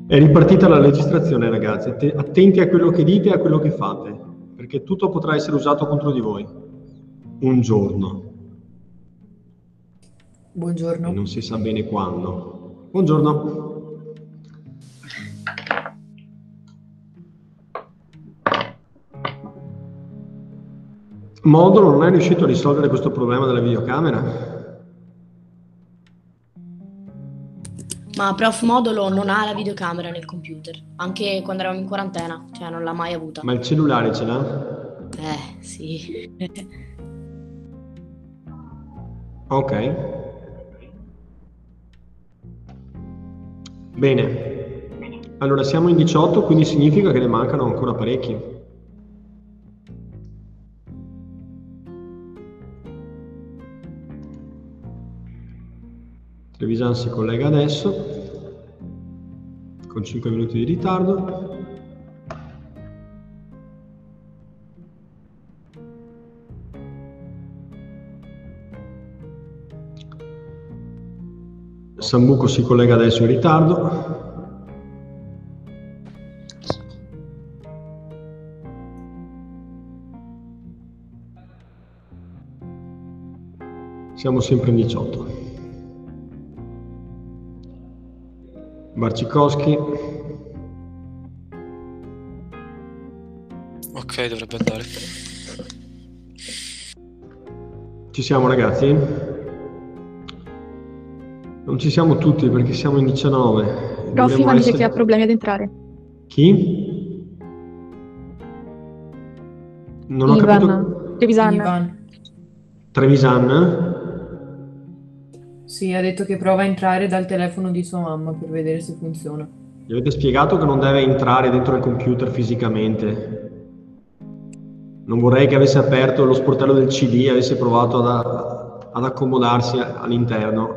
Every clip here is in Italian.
È ripartita la registrazione, ragazzi. Attenti a quello che dite e a quello che fate, perché tutto potrà essere usato contro di voi. Un giorno. Buongiorno. E non si sa bene quando. Buongiorno. Modulo non è riuscito a risolvere questo problema della videocamera? Ma prof Modulo non ha la videocamera nel computer, anche quando eravamo in quarantena, cioè non l'ha mai avuta. Ma il cellulare ce l'ha? Sì. Ok. Bene. Allora siamo in 18, quindi significa che ne mancano ancora parecchi. Trevisan si collega adesso, con 5 minuti di ritardo. Sambuco si collega adesso in ritardo. Siamo sempre in 18. Barcikowski. Ok, dovrebbe andare. Ci siamo, ragazzi? Non ci siamo tutti perché siamo in 19. Prof, Ivan dice che ha problemi ad entrare. Chi? Non ho capito. Trevisan. Ivan. Trevisan? Sì, ha detto che prova a entrare dal telefono di sua mamma per vedere se funziona. Gli avete spiegato che non deve entrare dentro il computer fisicamente. Non vorrei che avesse aperto lo sportello del CD e avesse provato ad accomodarsi all'interno.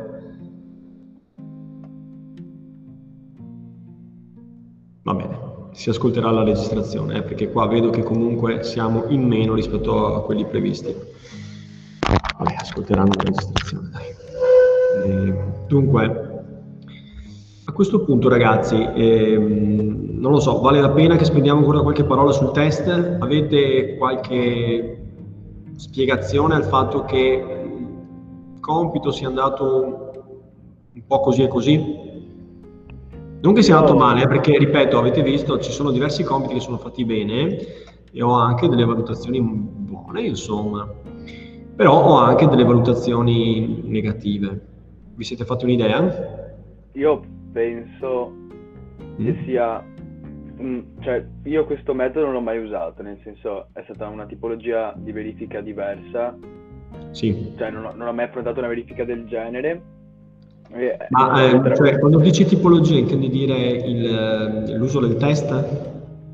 Va bene, si ascolterà la registrazione, perché qua vedo che comunque siamo in meno rispetto a quelli previsti. Vabbè, ascolteranno la registrazione, dai. Dunque, a questo punto, ragazzi, non lo so, vale la pena che spendiamo ancora qualche parola sul test? Avete qualche spiegazione al fatto che il compito sia andato un po' così e così? Non che sia andato male, perché, ripeto, avete visto, ci sono diversi compiti che sono fatti bene e ho anche delle valutazioni buone, insomma. Però ho anche delle valutazioni negative. Vi siete fatti un'idea? Io penso che sia... cioè, io questo metodo non l'ho mai usato, nel senso è stata una tipologia di verifica diversa. Sì. Cioè, non ho mai affrontato una verifica del genere. Ma cioè, quando dici tipologia intendi dire l'uso del test?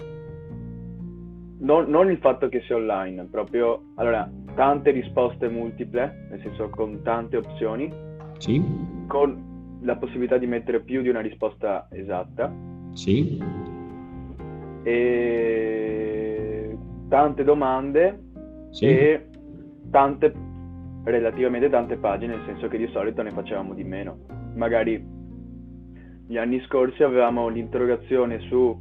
Non il fatto che sia online, proprio, allora, tante risposte multiple, nel senso con tante opzioni, sì, con la possibilità di mettere più di una risposta esatta, sì, e tante domande, sì, e relativamente tante pagine, nel senso che di solito ne facevamo di meno. Magari gli anni scorsi avevamo l'interrogazione su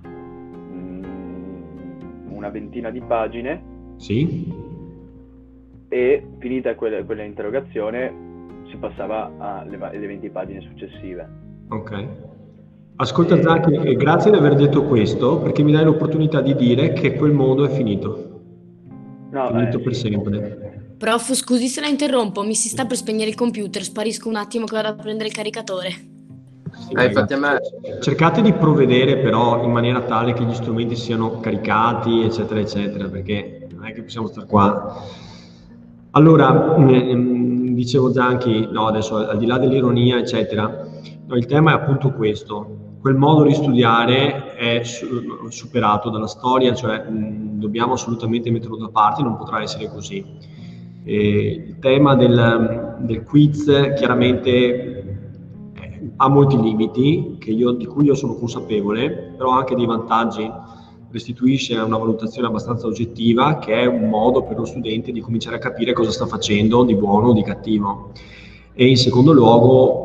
una ventina di pagine, sì, e finita quella interrogazione si passava alle 20 pagine successive. Ok. Ascolta Zacchi, grazie di aver detto questo, perché mi dai l'opportunità di dire che quel mondo è finito. No, finito per sempre. Prof, scusi se la interrompo, mi si sta per spegnere il computer, sparisco un attimo che vado a prendere il caricatore. Sì, infatti a me... Cercate di provvedere però in maniera tale che gli strumenti siano caricati, eccetera, eccetera, perché non è che possiamo stare qua. Allora, dicevo Zanchi, no, adesso al di là dell'ironia, eccetera, no, il tema è appunto questo. Quel modo di studiare è superato dalla storia, cioè dobbiamo assolutamente metterlo da parte, non potrà essere così. Il tema del quiz chiaramente ha molti limiti di cui io sono consapevole, però ha anche dei vantaggi. Restituisce una valutazione abbastanza oggettiva, che è un modo per lo studente di cominciare a capire cosa sta facendo di buono o di cattivo. E in secondo luogo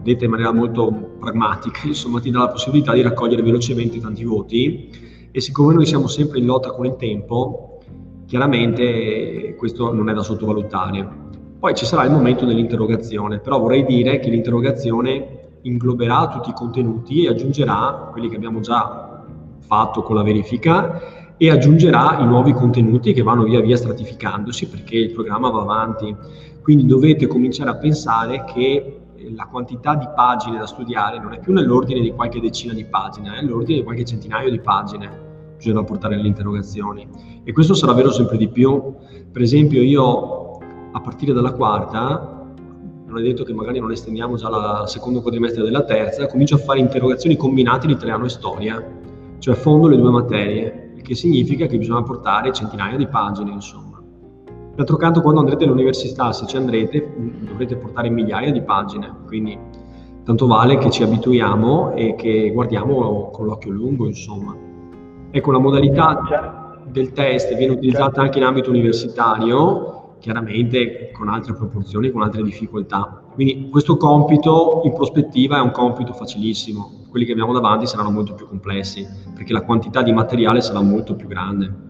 detta in maniera molto pragmatica, insomma ti dà la possibilità di raccogliere velocemente tanti voti, e siccome noi siamo sempre in lotta con il tempo, chiaramente questo non è da sottovalutare. Poi ci sarà il momento dell'interrogazione, però vorrei dire che l'interrogazione ingloberà tutti i contenuti e aggiungerà quelli che abbiamo già fatto con la verifica e aggiungerà i nuovi contenuti che vanno via via stratificandosi perché il programma va avanti. Quindi dovete cominciare a pensare che la quantità di pagine da studiare non è più nell'ordine di qualche decina di pagine, è nell'ordine di qualche centinaio di pagine bisogna portare nelle interrogazioni, e questo sarà vero sempre di più. Per esempio io a partire dalla quarta, non è detto che magari non estendiamo già al secondo quadrimestre della terza, comincio a fare interrogazioni combinate di italiano e storia, cioè fondo le due materie, il che significa che bisogna portare centinaia di pagine, insomma. D'altro canto, quando andrete all'università, se ci andrete, dovrete portare migliaia di pagine, quindi tanto vale che ci abituiamo e che guardiamo con l'occhio lungo, insomma. Ecco, la modalità del test viene utilizzata anche in ambito universitario, chiaramente con altre proporzioni, con altre difficoltà. Quindi questo compito in prospettiva è un compito facilissimo, quelli che abbiamo davanti saranno molto più complessi, perché la quantità di materiale sarà molto più grande.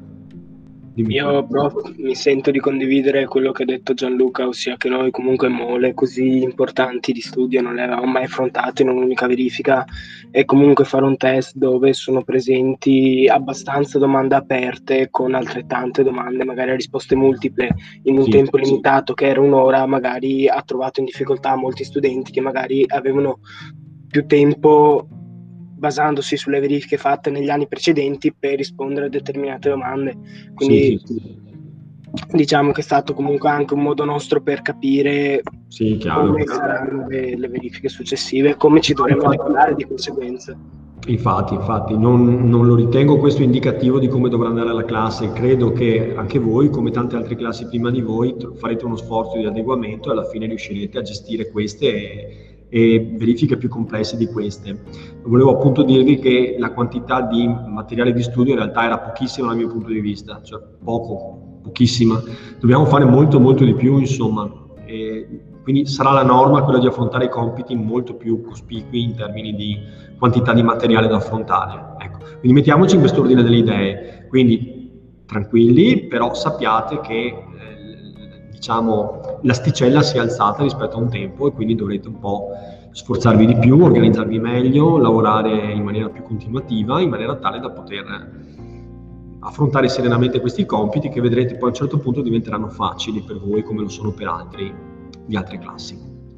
Io prof, mi sento di condividere quello che ha detto Gianluca, ossia che noi comunque mole così importanti di studio non le avevamo mai affrontate in un'unica verifica, e comunque fare un test dove sono presenti abbastanza domande aperte con altrettante domande, magari a risposte multiple, in un tempo limitato che era un'ora, magari ha trovato in difficoltà molti studenti che magari avevano più tempo basandosi sulle verifiche fatte negli anni precedenti per rispondere a determinate domande. Quindi diciamo che è stato comunque anche un modo nostro per capire come saranno le verifiche successive, come ci dovremmo regolare di conseguenza. Infatti, non lo ritengo questo indicativo di come dovrà andare la classe. Credo che anche voi, come tante altre classi prima di voi, farete uno sforzo di adeguamento e alla fine riuscirete a gestire queste e verifiche più complesse di queste. Volevo appunto dirvi che la quantità di materiale di studio in realtà era pochissima dal mio punto di vista, cioè pochissima. Dobbiamo fare molto di più, insomma, e quindi sarà la norma quella di affrontare i compiti molto più cospicui in termini di quantità di materiale da affrontare. Ecco, quindi mettiamoci in quest'ordine delle idee, quindi tranquilli, però sappiate che diciamo l'asticella si è alzata rispetto a un tempo e quindi dovrete un po' sforzarvi di più, organizzarvi meglio, lavorare in maniera più continuativa, in maniera tale da poter affrontare serenamente questi compiti che vedrete poi a un certo punto diventeranno facili per voi come lo sono per altri di altre classi.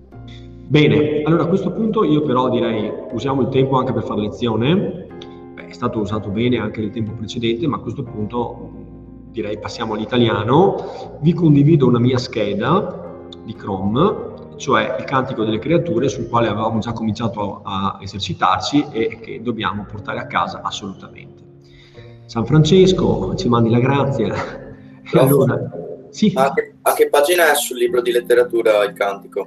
Bene, allora a questo punto io però direi usiamo il tempo anche per fare lezione. È stato usato bene anche nel tempo precedente, ma a questo punto direi passiamo all'italiano. Vi condivido una mia scheda di Chrome, cioè il cantico delle creature sul quale avevamo già cominciato a esercitarci e che dobbiamo portare a casa assolutamente. San Francesco, ci mandi la grazia. Allora, sì. A che pagina è sul libro di letteratura il cantico?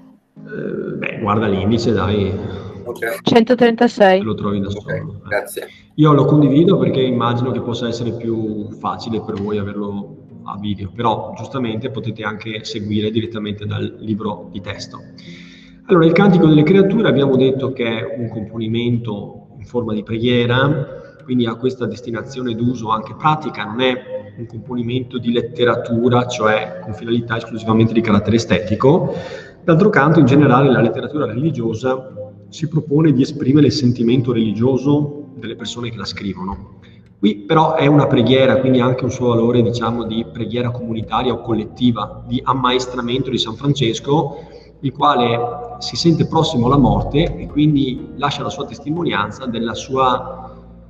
Guarda l'indice, dai. Okay. 136. Lo trovi da solo. Grazie. Io lo condivido perché immagino che possa essere più facile per voi averlo a video, però giustamente potete anche seguire direttamente dal libro di testo. Allora, il cantico delle creature abbiamo detto che è un componimento in forma di preghiera, quindi ha questa destinazione d'uso anche pratica, non è un componimento di letteratura, cioè con finalità esclusivamente di carattere estetico. D'altro canto, in generale, la letteratura religiosa si propone di esprimere il sentimento religioso delle persone che la scrivono. Qui però è una preghiera, quindi ha anche un suo valore, diciamo, di preghiera comunitaria o collettiva, di ammaestramento di San Francesco, il quale si sente prossimo alla morte e quindi lascia la sua testimonianza della sua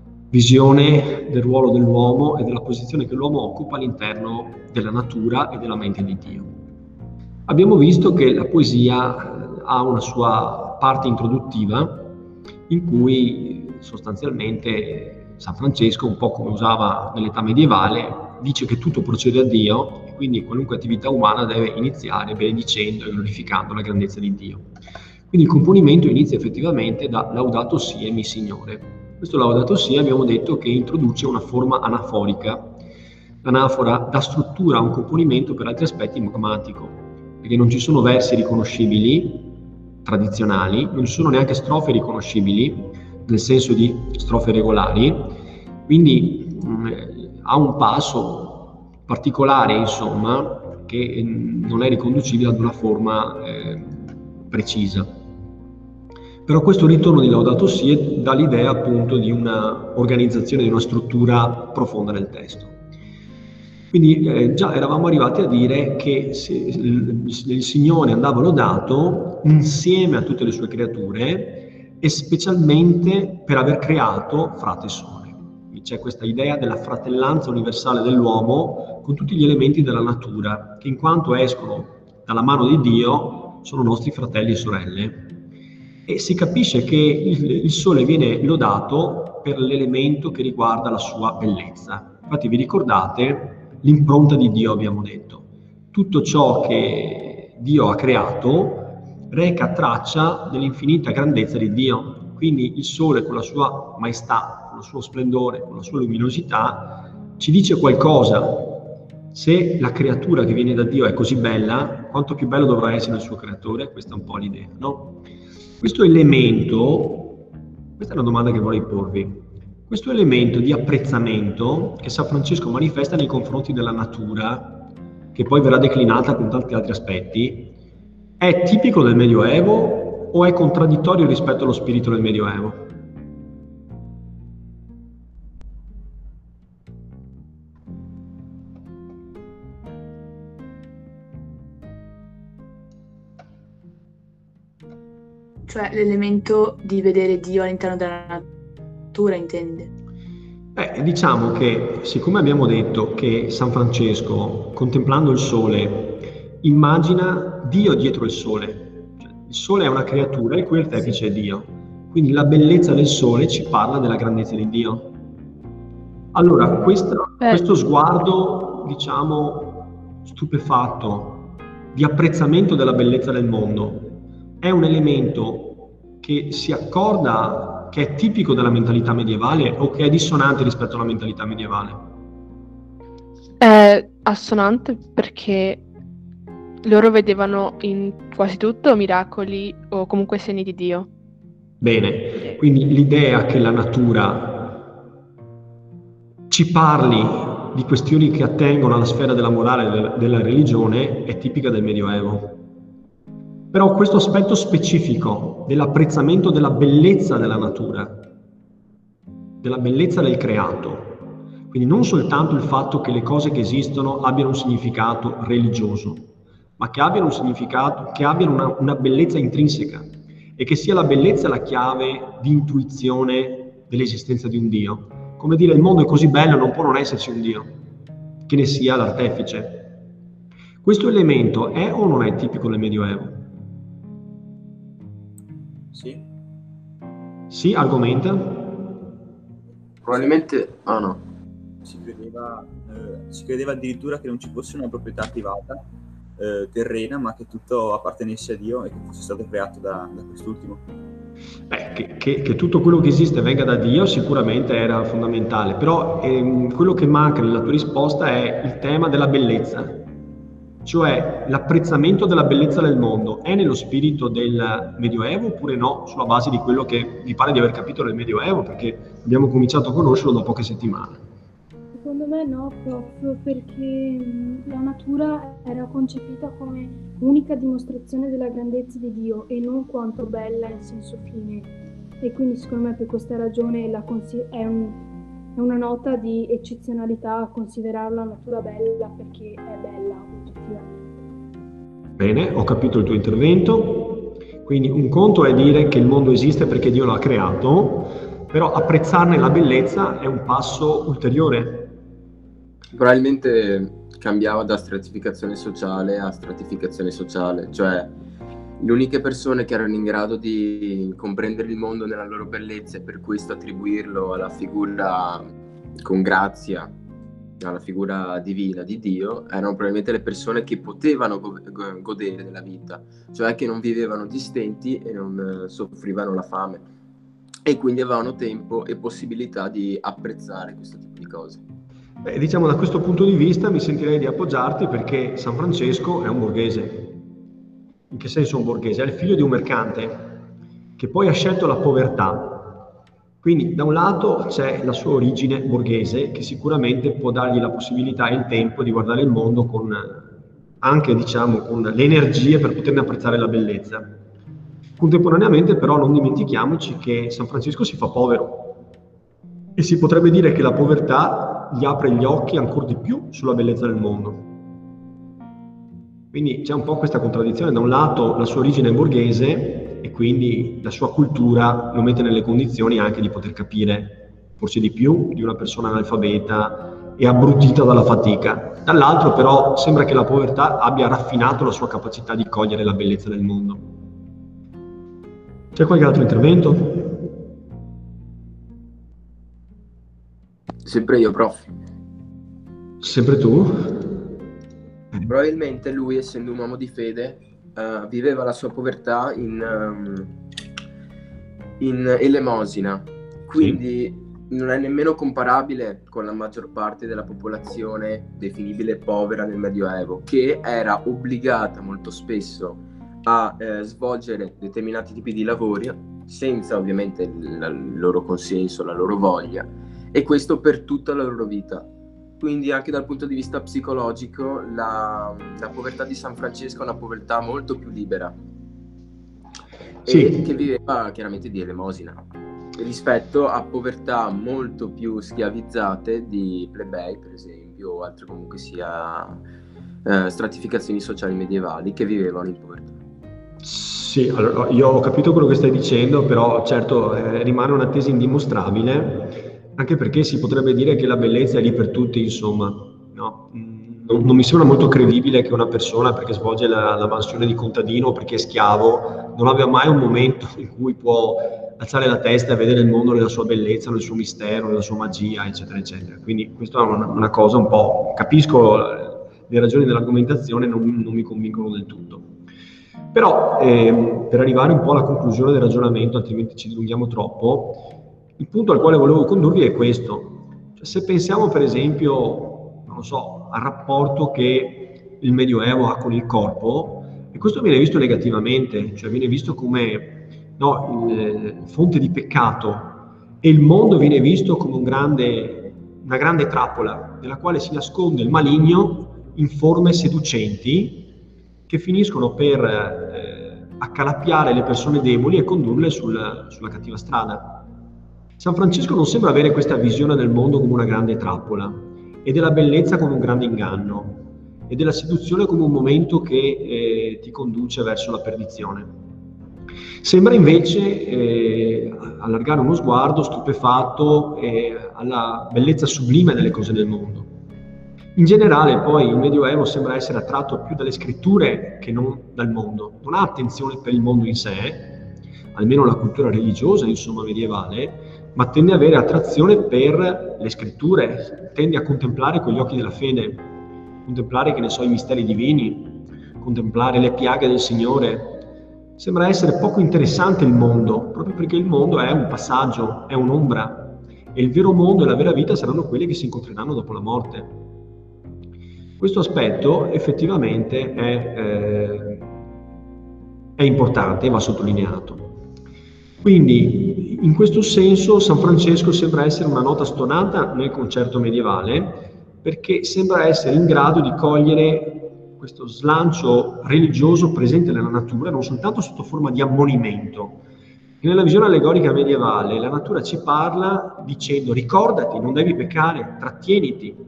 visione del ruolo dell'uomo e della posizione che l'uomo occupa all'interno della natura e della mente di Dio. Abbiamo visto che la poesia ha una sua parte introduttiva in cui sostanzialmente San Francesco, un po' come usava nell'età medievale, dice che tutto procede a Dio e quindi qualunque attività umana deve iniziare benedicendo e glorificando la grandezza di Dio. Quindi il componimento inizia effettivamente da Laudato si' mi Signore. Questo Laudato si' abbiamo detto che introduce una forma anaforica. L'anafora dà struttura a un componimento per altri aspetti matematico, perché non ci sono versi riconoscibili tradizionali, non ci sono neanche strofe riconoscibili, nel senso di strofe regolari, quindi ha un passo particolare, insomma, che non è riconducibile ad una forma precisa. Però questo ritorno di Laudato Si dà l'idea appunto di una organizzazione, di una struttura profonda del testo. Quindi già eravamo arrivati a dire che il Signore andava lodato insieme a tutte le sue creature e specialmente per aver creato frate e sole. Quindi c'è questa idea della fratellanza universale dell'uomo con tutti gli elementi della natura che in quanto escono dalla mano di Dio sono nostri fratelli e sorelle. E si capisce che il sole viene lodato per l'elemento che riguarda la sua bellezza. Infatti vi ricordate l'impronta di Dio, abbiamo detto. Tutto ciò che Dio ha creato reca traccia dell'infinita grandezza di Dio. Quindi il sole con la sua maestà, con il suo splendore, con la sua luminosità, ci dice qualcosa. Se la creatura che viene da Dio è così bella, quanto più bello dovrà essere il suo creatore? Questa è un po' l'idea, no? Questo elemento, questa è una domanda che vorrei porvi, questo elemento di apprezzamento che San Francesco manifesta nei confronti della natura, che poi verrà declinata con tanti altri aspetti, è tipico del Medioevo o è contraddittorio rispetto allo spirito del Medioevo? Cioè l'elemento di vedere Dio all'interno della natura, intende? Diciamo che, siccome abbiamo detto che San Francesco, contemplando il sole, immagina Dio dietro il sole. Cioè, il sole è una creatura il cui artefice è Dio. Quindi la bellezza del sole ci parla della grandezza di Dio. Allora, questo sguardo, diciamo, stupefatto, di apprezzamento della bellezza del mondo, è un elemento che si accorda, che è tipico della mentalità medievale o che è dissonante rispetto alla mentalità medievale? È assonante perché loro vedevano in quasi tutto miracoli o comunque segni di Dio. Bene, quindi l'idea che la natura ci parli di questioni che attengono alla sfera della morale e della religione è tipica del Medioevo. Però questo aspetto specifico dell'apprezzamento della bellezza della natura, della bellezza del creato, quindi non soltanto il fatto che le cose che esistono abbiano un significato religioso, ma che abbiano un significato, che abbiano una bellezza intrinseca e che sia la bellezza la chiave di intuizione dell'esistenza di un Dio. Come dire, il mondo è così bello, non può non esserci un Dio, che ne sia l'artefice. Questo elemento è o non è tipico del Medioevo? Sì. Sì, argomenta? Probabilmente... no. Si credeva addirittura che non ci fosse una proprietà privata terrena, ma che tutto appartenesse a Dio e che fosse stato creato da quest'ultimo. Che tutto quello che esiste venga da Dio sicuramente era fondamentale, però quello che manca nella tua risposta è il tema della bellezza. Cioè l'apprezzamento della bellezza del mondo è nello spirito del Medioevo oppure no, sulla base di quello che vi pare di aver capito del Medioevo, perché abbiamo cominciato a conoscerlo da poche settimane. Secondo me no, prof, perché la natura era concepita come unica dimostrazione della grandezza di Dio e non quanto bella in senso fine. E quindi secondo me per questa ragione è una nota di eccezionalità considerare la natura bella perché è bella oggettivamente. Bene, ho capito il tuo intervento. Quindi un conto è dire che il mondo esiste perché Dio l'ha creato, però apprezzarne la bellezza è un passo ulteriore. Probabilmente cambiava da stratificazione sociale a stratificazione sociale, cioè le uniche persone che erano in grado di comprendere il mondo nella loro bellezza e per questo attribuirlo alla figura con grazia, alla figura divina di Dio, erano probabilmente le persone che potevano godere della vita, cioè che non vivevano di stenti e non soffrivano la fame e quindi avevano tempo e possibilità di apprezzare questo tipo di cose. Diciamo da questo punto di vista mi sentirei di appoggiarti perché San Francesco è un borghese. In che senso un borghese? È il figlio di un mercante che poi ha scelto la povertà. Quindi da un lato c'è la sua origine borghese che sicuramente può dargli la possibilità e il tempo di guardare il mondo con anche, diciamo, con le energie per poterne apprezzare la bellezza. Contemporaneamente però non dimentichiamoci che San Francesco si fa povero e si potrebbe dire che la povertà gli apre gli occhi ancora di più sulla bellezza del mondo. Quindi c'è un po' questa contraddizione: da un lato la sua origine è borghese e quindi la sua cultura lo mette nelle condizioni anche di poter capire forse di più di una persona analfabeta e abbrutita dalla fatica. Dall'altro però sembra che la povertà abbia raffinato la sua capacità di cogliere la bellezza del mondo. C'è qualche altro intervento? Sempre io, prof. Sempre tu? Probabilmente lui, essendo un uomo di fede, viveva la sua povertà in elemosina, quindi non è nemmeno comparabile con la maggior parte della popolazione definibile povera nel Medioevo, che era obbligata molto spesso a svolgere determinati tipi di lavori senza ovviamente il loro consenso, la loro voglia, e questo per tutta la loro vita. Quindi anche dal punto di vista psicologico la povertà di San Francesco è una povertà molto più libera, e che viveva chiaramente di elemosina, rispetto a povertà molto più schiavizzate di plebei, per esempio, o altre comunque sia stratificazioni sociali medievali che vivevano in povertà. Sì, allora, io ho capito quello che stai dicendo, però certo rimane una tesi indimostrabile, anche perché si potrebbe dire che la bellezza è lì per tutti, insomma, no? Non mi sembra molto credibile che una persona, perché svolge la mansione di contadino o perché è schiavo, non abbia mai un momento in cui può alzare la testa e vedere il mondo nella sua bellezza, nel suo mistero, nella sua magia, eccetera, eccetera. Quindi questa è una cosa un po'... Capisco le ragioni dell'argomentazione, non mi convincono del tutto. Però, per arrivare un po' alla conclusione del ragionamento, altrimenti ci dilunghiamo troppo, il punto al quale volevo condurvi è questo. Cioè, se pensiamo per esempio, non lo so, al rapporto che il Medioevo ha con il corpo, e questo viene visto negativamente, cioè viene visto come fonte di peccato, e il mondo viene visto come una grande trappola nella quale si nasconde il maligno in forme seducenti che finiscono per accalappiare le persone deboli e condurle sulla cattiva strada. San Francesco non sembra avere questa visione del mondo come una grande trappola, e della bellezza come un grande inganno, e della seduzione come un momento che ti conduce verso la perdizione. Sembra invece allargare uno sguardo stupefatto alla bellezza sublime delle cose del mondo. In generale poi il Medioevo sembra essere attratto più dalle scritture che non dal mondo, non ha attenzione per il mondo in sé, almeno la cultura religiosa, insomma, medievale, ma tende ad avere attrazione per le scritture, tende a contemplare con gli occhi della fede, contemplare, che ne so, i misteri divini, contemplare le piaghe del Signore. Sembra essere poco interessante il mondo, proprio perché il mondo è un passaggio, è un'ombra, e il vero mondo e la vera vita saranno quelli che si incontreranno dopo la morte. Questo aspetto effettivamente è importante e va sottolineato. Quindi, in questo senso, San Francesco sembra essere una nota stonata nel concerto medievale, perché sembra essere in grado di cogliere questo slancio religioso presente nella natura, non soltanto sotto forma di ammonimento. E nella visione allegorica medievale, la natura ci parla dicendo: ricordati, non devi peccare, trattieniti.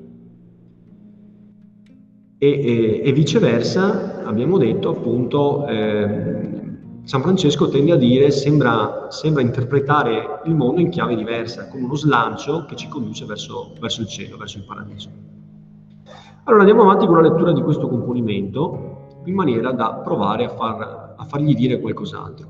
E viceversa, abbiamo detto appunto, San Francesco tende a dire, sembra interpretare il mondo in chiave diversa, come uno slancio che ci conduce verso il cielo, verso il paradiso. Allora andiamo avanti con la lettura di questo componimento, in maniera da provare a fargli dire qualcos'altro.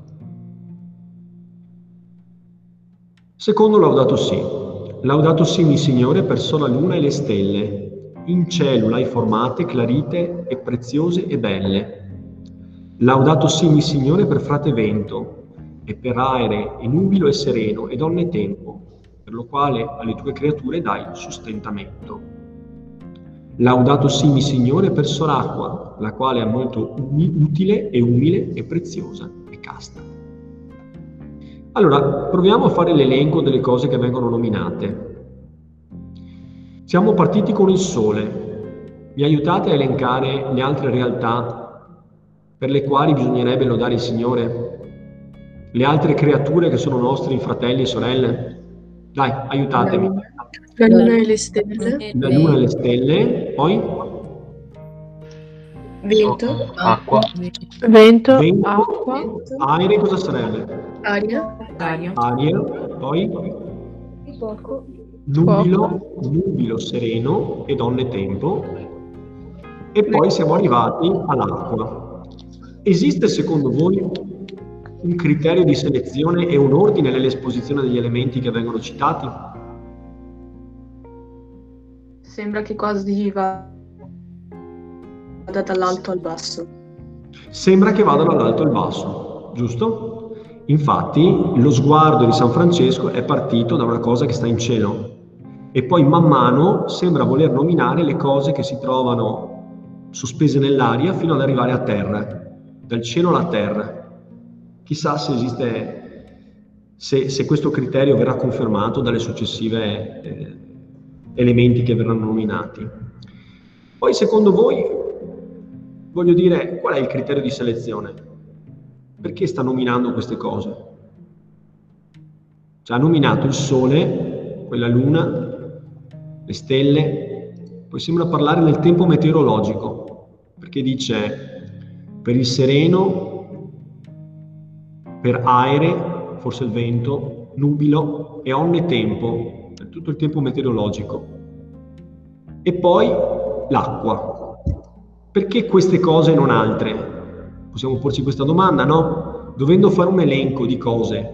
Secondo Laudato Si. Laudato Si mi Signore perciò la luna e le stelle, in cielo l'hai formate clarite e preziose e belle. Laudato Si mi Signore per frate vento, e per aere e nubilo e sereno, e donne tempo, per lo quale alle tue creature dai sostentamento. Laudato sia mi Signore perso l'acqua, la quale è molto utile e umile e preziosa e casta. Allora, proviamo a fare l'elenco delle cose che vengono nominate. Siamo partiti con il Sole. Mi aiutate a elencare le altre realtà per le quali bisognerebbe lodare il Signore? Le altre creature che sono nostri fratelli e sorelle? Dai, aiutatemi. La luna e le stelle. La luna e le stelle, poi? Vento. Acqua. Vento, Vento, acqua, aere, cosa sarebbe? Aria. Aria, poi? Fuoco. Nubilo sereno e donne tempo. E poi siamo arrivati all'acqua. Esiste secondo voi un criterio di selezione e un ordine nell'esposizione degli elementi che vengono citati? Sembra che quasi vada dall'alto al basso. Sembra che vadano dall'alto al basso, giusto? Infatti lo sguardo di San Francesco è partito da una cosa che sta in cielo e poi man mano sembra voler nominare le cose che si trovano sospese nell'aria fino ad arrivare a terra, dal cielo alla terra. Chissà se esiste, se questo criterio verrà confermato dalle successive elementi che verranno nominati. Poi secondo voi, voglio dire, qual è il criterio di selezione? Perché sta nominando queste cose? Cioè ha nominato il Sole, poi la Luna, le stelle, poi sembra parlare del tempo meteorologico, perché dice per il sereno, per aere, forse il vento, nubilo e onne tempo, tutto il tempo meteorologico. E poi l'acqua. Perché queste cose e non altre? Possiamo porci questa domanda, no? Dovendo fare un elenco di cose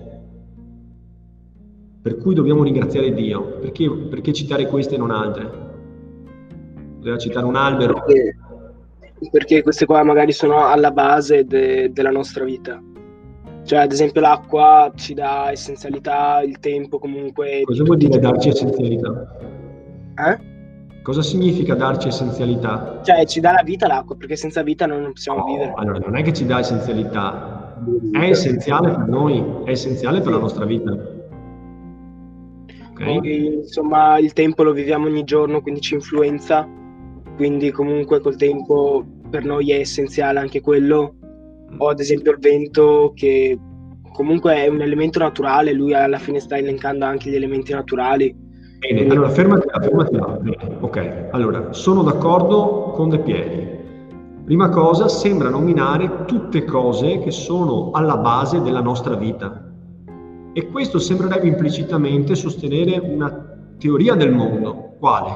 per cui dobbiamo ringraziare Dio, perché citare queste e non altre? Poteva citare un albero. Perché queste qua magari sono alla base della nostra vita. Cioè, ad esempio, l'acqua ci dà essenzialità, il tempo comunque. Cosa vuol dire darci essenzialità? Cosa significa darci essenzialità? Cioè, ci dà la vita l'acqua, perché senza vita noi non possiamo vivere. Allora, non è che ci dà essenzialità, è essenziale per noi, è essenziale per la nostra vita. Okay. Poi, insomma, il tempo lo viviamo ogni giorno, quindi ci influenza, quindi comunque col tempo per noi è essenziale anche quello. O ad esempio il vento, che comunque è un elemento naturale, lui alla fine sta elencando anche gli elementi naturali. Bene, allora fermati là. Bene, ok, allora sono d'accordo con De Pieri. Prima cosa, sembra nominare tutte cose che sono alla base della nostra vita. E questo sembrerebbe implicitamente sostenere una teoria del mondo. Quale?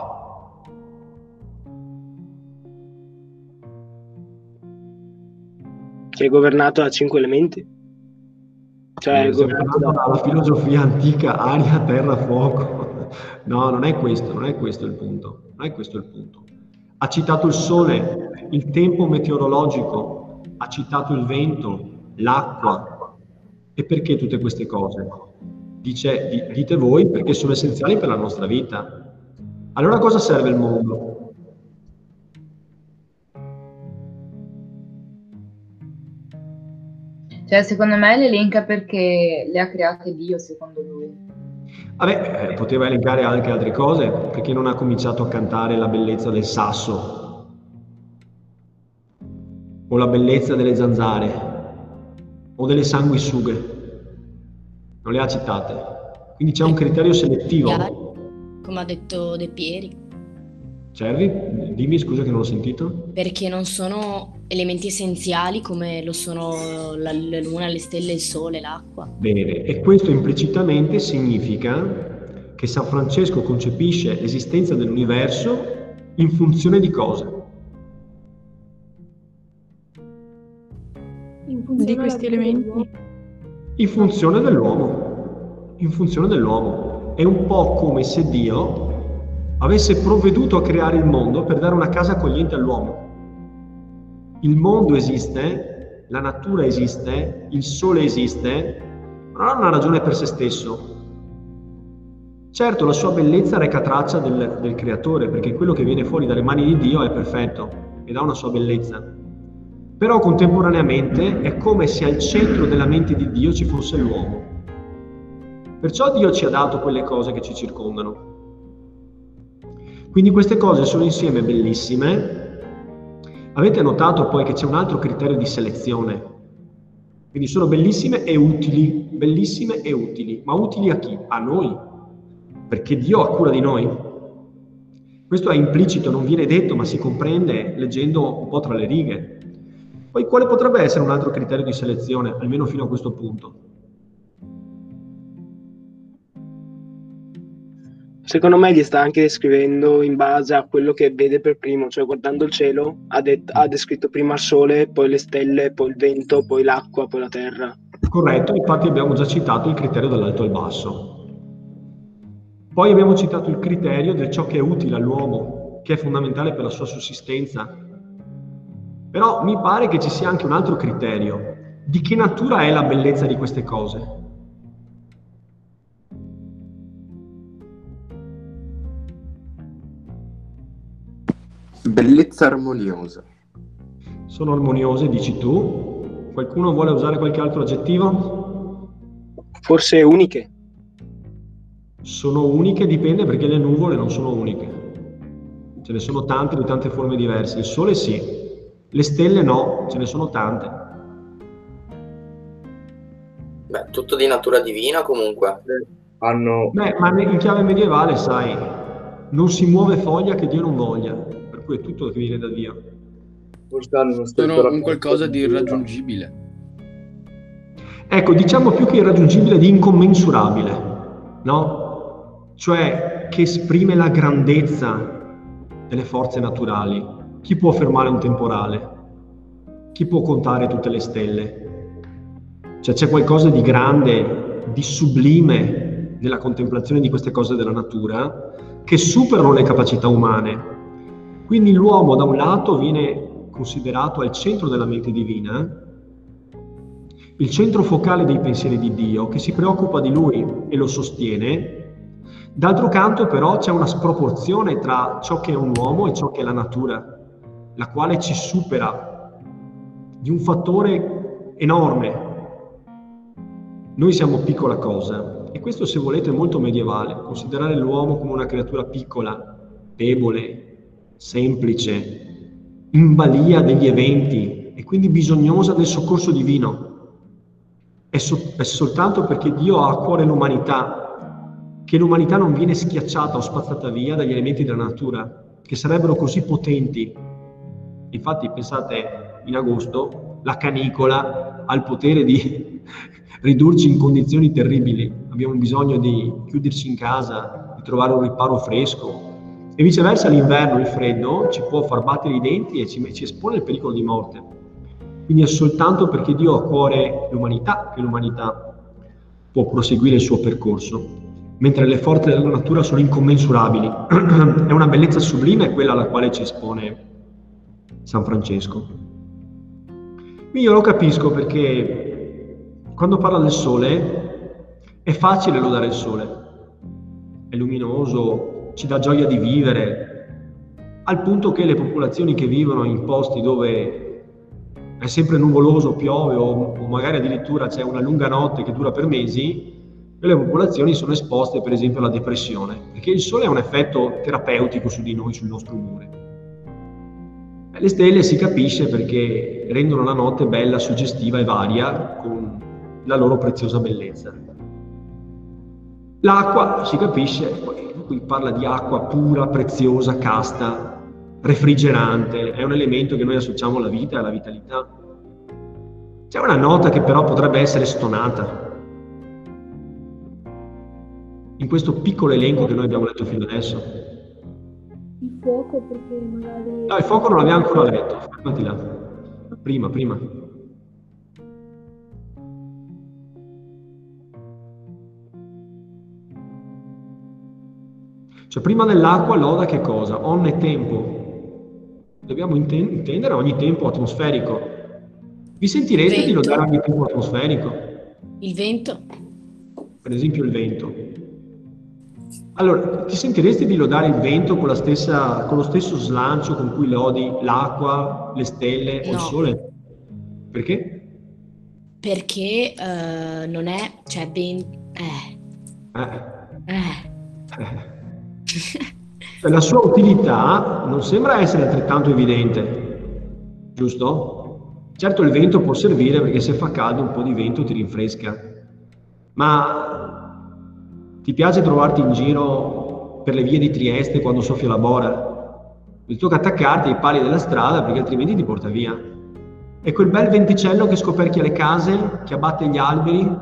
Che è governato da 5 elementi. Cioè, è governato dalla filosofia antica, aria, terra, fuoco. No, non è questo il punto. Non è questo il punto. Ha citato il sole, il tempo meteorologico, ha citato il vento, l'acqua. E perché tutte queste cose? Dite voi, perché sono essenziali per la nostra vita. Allora cosa serve il mondo? Cioè, secondo me le elenca perché le ha create Dio, secondo lui. Vabbè, poteva elencare anche altre cose, perché non ha cominciato a cantare la bellezza del sasso o la bellezza delle zanzare o delle sanguisughe. Non le ha citate. Quindi c'è un criterio selettivo. Come ha detto De Pieri. Cerri, dimmi, scusa che non l'ho sentito. Perché non sono elementi essenziali come lo sono la luna, le stelle, il sole, l'acqua. Bene, e questo implicitamente significa che San Francesco concepisce l'esistenza dell'universo in funzione di cosa? In funzione di questi elementi. In funzione dell'uomo. In funzione dell'uomo. È un po' come se Dio avesse provveduto a creare il mondo per dare una casa accogliente all'uomo. Il mondo esiste, la natura esiste, il sole esiste, ma non ha una ragione per se stesso. Certo, la sua bellezza reca traccia del creatore, perché quello che viene fuori dalle mani di Dio è perfetto ed ha una sua bellezza. Però contemporaneamente è come se al centro della mente di Dio ci fosse l'uomo. Perciò Dio ci ha dato quelle cose che ci circondano. Quindi queste cose sono insieme bellissime. Avete notato poi che c'è un altro criterio di selezione. Quindi sono bellissime e utili, ma utili a chi? A noi, perché Dio ha cura di noi. Questo è implicito, non viene detto, ma si comprende leggendo un po' tra le righe. Poi quale potrebbe essere un altro criterio di selezione, almeno fino a questo punto? Secondo me li sta anche descrivendo in base a quello che vede per primo, cioè guardando il cielo ha descritto prima il sole, poi le stelle, poi il vento, poi l'acqua, poi la terra. Corretto, infatti abbiamo già citato il criterio dall'alto al basso. Poi abbiamo citato il criterio di ciò che è utile all'uomo, che è fondamentale per la sua sussistenza. Però mi pare che ci sia anche un altro criterio. Di che natura è la bellezza di queste cose? Bellezza armoniosa. Sono armoniose, dici tu? Qualcuno vuole usare qualche altro aggettivo? Forse uniche. Sono uniche, dipende, perché le nuvole non sono uniche. Ce ne sono tante di tante forme diverse. Il sole sì, le stelle no, ce ne sono tante. Beh, tutto di natura divina comunque. Beh, ma in chiave medievale, sai, non si muove foglia che Dio non voglia, per cui è tutto che viene da Dio. Sono un qualcosa di irraggiungibile. Ecco, diciamo più che irraggiungibile, di incommensurabile, no? Cioè che esprime la grandezza delle forze naturali. Chi può fermare un temporale? Chi può contare tutte le stelle? Cioè c'è qualcosa di grande, di sublime nella contemplazione di queste cose della natura che superano le capacità umane. Quindi l'uomo da un lato viene considerato al centro della mente divina, il centro focale dei pensieri di Dio, che si preoccupa di lui e lo sostiene. D'altro canto però c'è una sproporzione tra ciò che è un uomo e ciò che è la natura, la quale ci supera di un fattore enorme. Noi siamo piccola cosa, e questo, se volete, è molto medievale, considerare l'uomo come una creatura piccola, debole, semplice, in balia degli eventi e quindi bisognosa del soccorso divino. È soltanto perché Dio ha a cuore l'umanità, che l'umanità non viene schiacciata o spazzata via dagli elementi della natura, che sarebbero così potenti. Infatti, pensate, in agosto, la canicola ha il potere di ridurci in condizioni terribili. Abbiamo bisogno di chiuderci in casa, di trovare un riparo fresco. E viceversa, l'inverno, il freddo, ci può far battere i denti e ci espone al pericolo di morte. Quindi è soltanto perché Dio ha a cuore l'umanità che l'umanità può proseguire il suo percorso, mentre le forze della natura sono incommensurabili. È una bellezza sublime quella alla quale ci espone San Francesco. Quindi io lo capisco, perché quando parla del sole è facile lodare il sole, è luminoso, ci dà gioia di vivere, al punto che le popolazioni che vivono in posti dove è sempre nuvoloso, piove o magari addirittura c'è una lunga notte che dura per mesi, quelle popolazioni sono esposte per esempio alla depressione, perché il sole ha un effetto terapeutico su di noi, sul nostro umore. Le stelle si capisce perché rendono la notte bella, suggestiva e varia con la loro preziosa bellezza. L'acqua si capisce, qui parla di acqua pura, preziosa, casta, refrigerante, è un elemento che noi associamo alla vita e alla vitalità. C'è una nota che però potrebbe essere stonata in questo piccolo elenco che noi abbiamo letto fino adesso. Il fuoco, perché magari... No, il fuoco non l'abbiamo ancora letto, fermati là. Prima. Cioè prima dell'acqua loda che cosa? Onne tempo. Dobbiamo intendere ogni tempo atmosferico. Vi sentirete di lodare ogni tempo atmosferico? Il vento. Per esempio il vento. Allora, ti sentiresti di lodare il vento con lo stesso slancio con cui lodi l'acqua, le stelle o il No. sole? Perché? Perché non è, cioè, La sua utilità non sembra essere altrettanto evidente, giusto? Certo, il vento può servire perché se fa caldo un po' di vento ti rinfresca, ma ti piace trovarti in giro per le vie di Trieste quando soffia la bora? Ti tocca attaccarti ai pali della strada perché altrimenti ti porta via. E quel bel venticello che scoperchia le case, che abbatte gli alberi,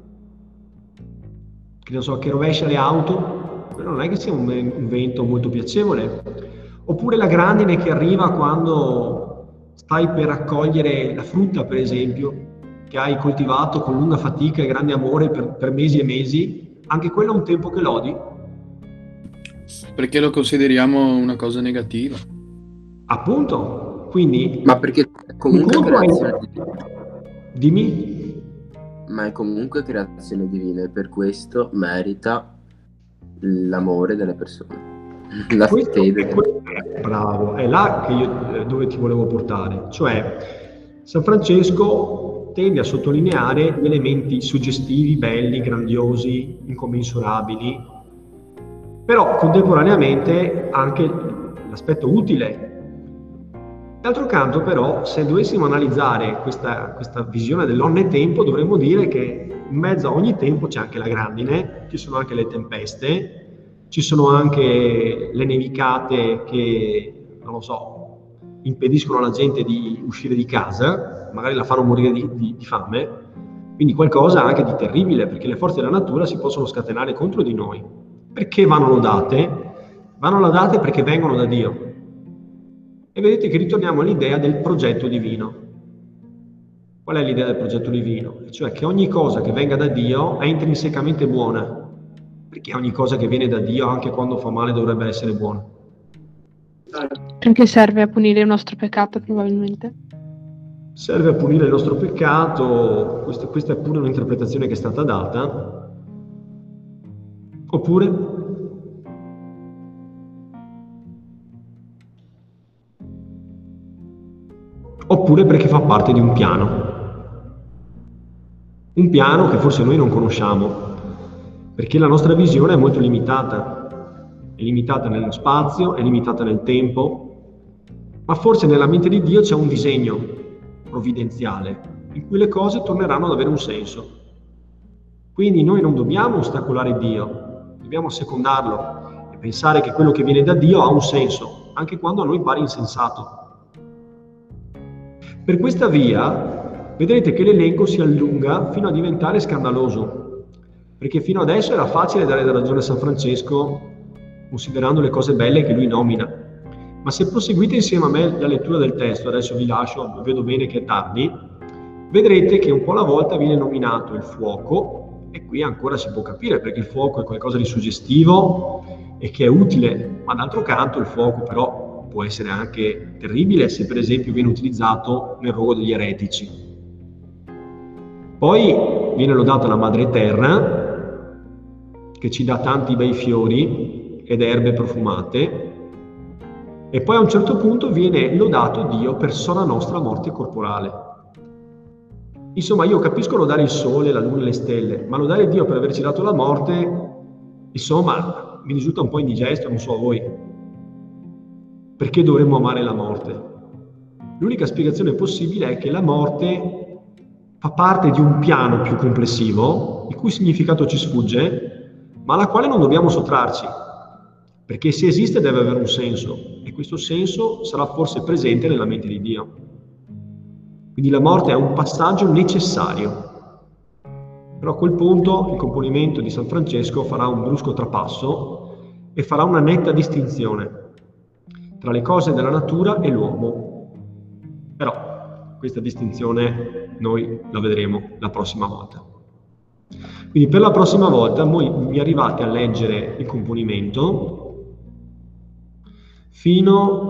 che rovescia le auto, quello non è che sia un vento molto piacevole. Oppure la grandine che arriva quando stai per raccogliere la frutta, per esempio, che hai coltivato con lunga fatica e grande amore per mesi e mesi, anche quello è un tempo che lodi? Perché lo consideriamo una cosa negativa. Appunto, quindi... Ma perché comunque creazione Dimmi? Ma è comunque creazione divina e per questo merita l'amore delle persone. La fede. Bravo, è là che io dove ti volevo portare. Cioè, San Francesco tende a sottolineare gli elementi suggestivi, belli, grandiosi, incommensurabili, però contemporaneamente anche l'aspetto utile. D'altro canto però, se dovessimo analizzare questa visione dell'onne-tempo, dovremmo dire che in mezzo a ogni tempo c'è anche la grandine, ci sono anche le tempeste, ci sono anche le nevicate che, non lo so, impediscono alla gente di uscire di casa, magari la fanno morire di fame, quindi qualcosa anche di terribile, perché le forze della natura si possono scatenare contro di noi. Perché vanno lodate? Vanno lodate perché vengono da Dio. E vedete che ritorniamo all'idea del progetto divino. Qual è l'idea del progetto divino? Cioè che ogni cosa che venga da Dio è intrinsecamente buona, perché ogni cosa che viene da Dio, anche quando fa male, dovrebbe essere buona. Anche serve a punire il nostro peccato, probabilmente. Serve a punire il nostro peccato, questa è pure un'interpretazione che è stata data. Oppure... Oppure perché fa parte di un piano che forse noi non conosciamo, perché la nostra visione è molto limitata, è limitata nello spazio, è limitata nel tempo, ma forse nella mente di Dio c'è un disegno provvidenziale in cui le cose torneranno ad avere un senso. Quindi noi non dobbiamo ostacolare Dio, dobbiamo assecondarlo e pensare che quello che viene da Dio ha un senso, anche quando a noi pare insensato. Per questa via vedrete che l'elenco si allunga fino a diventare scandaloso, perché fino adesso era facile dare ragione a San Francesco considerando le cose belle che lui nomina, ma se proseguite insieme a me la lettura del testo, adesso vi lascio, vedo bene che è tardi, vedrete che un po' alla volta viene nominato il fuoco, e qui ancora si può capire perché il fuoco è qualcosa di suggestivo e che è utile, ma d'altro canto il fuoco però può essere anche terribile se per esempio viene utilizzato nel rogo degli eretici. Poi viene lodata la Madre Terra, che ci dà tanti bei fiori ed erbe profumate, e poi a un certo punto viene lodato Dio per sola nostra morte corporale. Insomma, io capisco lodare il sole, la luna e le stelle, ma lodare Dio per averci dato la morte, insomma, mi risulta un po' indigesto, non so a voi. Perché dovremmo amare la morte? L'unica spiegazione possibile è che la morte fa parte di un piano più complessivo, il cui significato ci sfugge, ma alla quale non dobbiamo sottrarci, perché se esiste deve avere un senso, e questo senso sarà forse presente nella mente di Dio. Quindi la morte è un passaggio necessario. Però a quel punto il componimento di San Francesco farà un brusco trapasso e farà una netta distinzione tra le cose della natura e l'uomo. Però questa distinzione noi la vedremo la prossima volta. Quindi per la prossima volta voi vi arrivate a leggere il componimento fino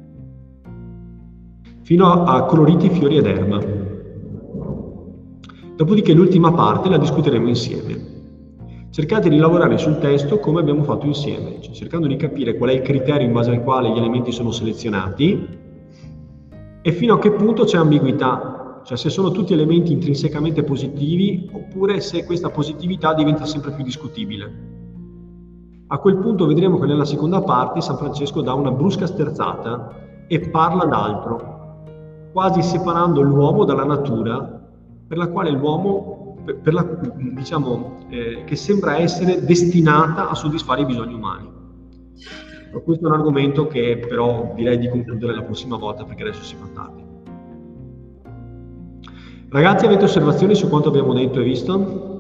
a coloriti, fiori ed erba. Dopodiché l'ultima parte la discuteremo insieme. Cercate di lavorare sul testo come abbiamo fatto insieme, cioè cercando di capire qual è il criterio in base al quale gli elementi sono selezionati e fino a che punto c'è ambiguità, cioè se sono tutti elementi intrinsecamente positivi oppure se questa positività diventa sempre più discutibile. A quel punto vedremo che nella seconda parte San Francesco dà una brusca sterzata e parla d'altro, quasi separando l'uomo dalla natura, per la quale l'uomo che sembra essere destinata a soddisfare i bisogni umani. Questo è un argomento che però direi di concludere la prossima volta perché adesso si fa tardi. Ragazzi, avete osservazioni su quanto abbiamo detto e visto?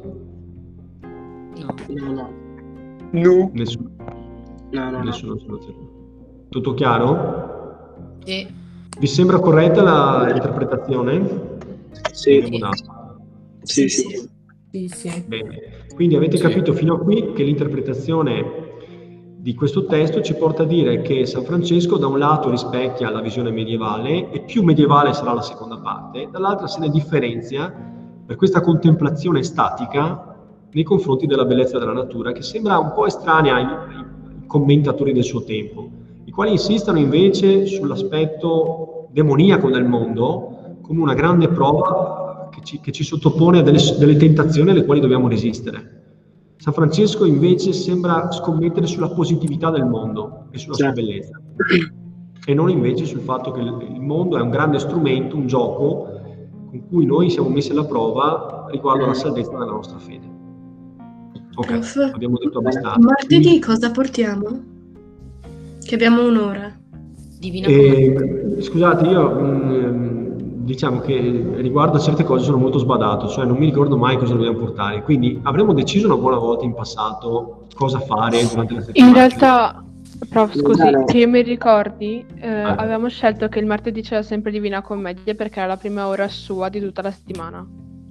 No. Nessuno? No. Nessuno osservazione. Tutto chiaro? Sì. Vi sembra corretta l'interpretazione? Sì. Sì. Bene. Quindi avete capito fino a qui che l'interpretazione di questo testo ci porta a dire che San Francesco da un lato rispecchia la visione medievale e più medievale sarà la seconda parte, dall'altra se ne differenzia per questa contemplazione statica nei confronti della bellezza della natura che sembra un po' estranea ai commentatori del suo tempo, i quali insistono invece sull'aspetto demoniaco del mondo come una grande prova che ci sottopone a delle tentazioni alle quali dobbiamo resistere. San Francesco invece sembra scommettere sulla positività del mondo e sulla sua bellezza, e non invece sul fatto che il mondo è un grande strumento, un gioco con cui noi siamo messi alla prova riguardo alla salvezza della nostra fede. Ok, Prof, abbiamo detto abbastanza. martedì cosa portiamo? Che abbiamo un'ora. Scusate, io diciamo che riguardo a certe cose sono molto sbadato, cioè non mi ricordo mai cosa dobbiamo portare, quindi avremmo deciso una buona volta in passato cosa fare durante la settimana. In realtà, prof, scusi, che io mi ricordi, avevamo scelto che il martedì c'era sempre Divina Commedia perché era la prima ora sua di tutta la settimana.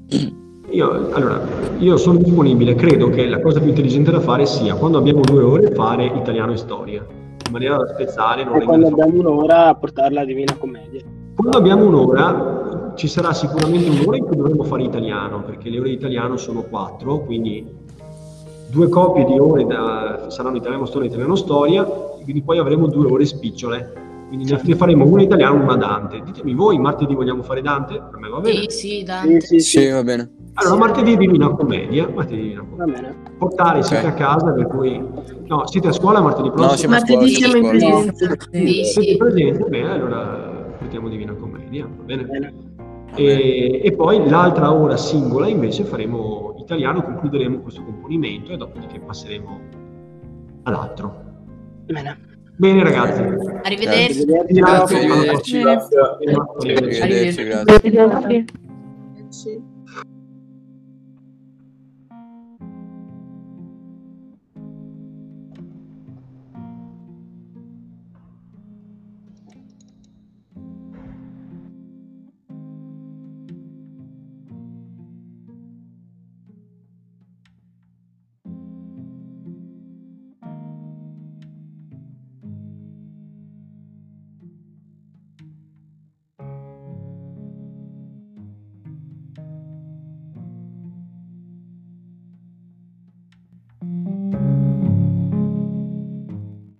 Io sono disponibile, credo che la cosa più intelligente da fare sia, quando abbiamo 2 ore, fare italiano e storia, in maniera da spezzare. E quando abbiamo un'ora, portarla a Divina Commedia. Quando abbiamo un'ora, ci sarà sicuramente un'ora in cui dovremo fare italiano, perché le ore di italiano sono 4, quindi 2 coppie di ore saranno italiano storia, quindi poi avremo 2 ore spicciole, quindi ne faremo una italiano e una Dante. Ditemi voi, martedì vogliamo fare Dante? Per me va bene. Sì, Dante. Sì, va bene. Allora, martedì Divina Commedia. Va bene. Portare, siete a casa, per cui... No, siete a scuola martedì prossimo? No, siamo a scuola. Martedì siamo in presenza. Siete presenti? Bene, allora portiamo Divina Commedia, va bene? E poi l'altra ora singola invece faremo italiano, concluderemo questo componimento e dopodiché passeremo all'altro. Bene ragazzi. Arrivederci. Arrivederci. Arrivederci. Grazie. Arrivederci.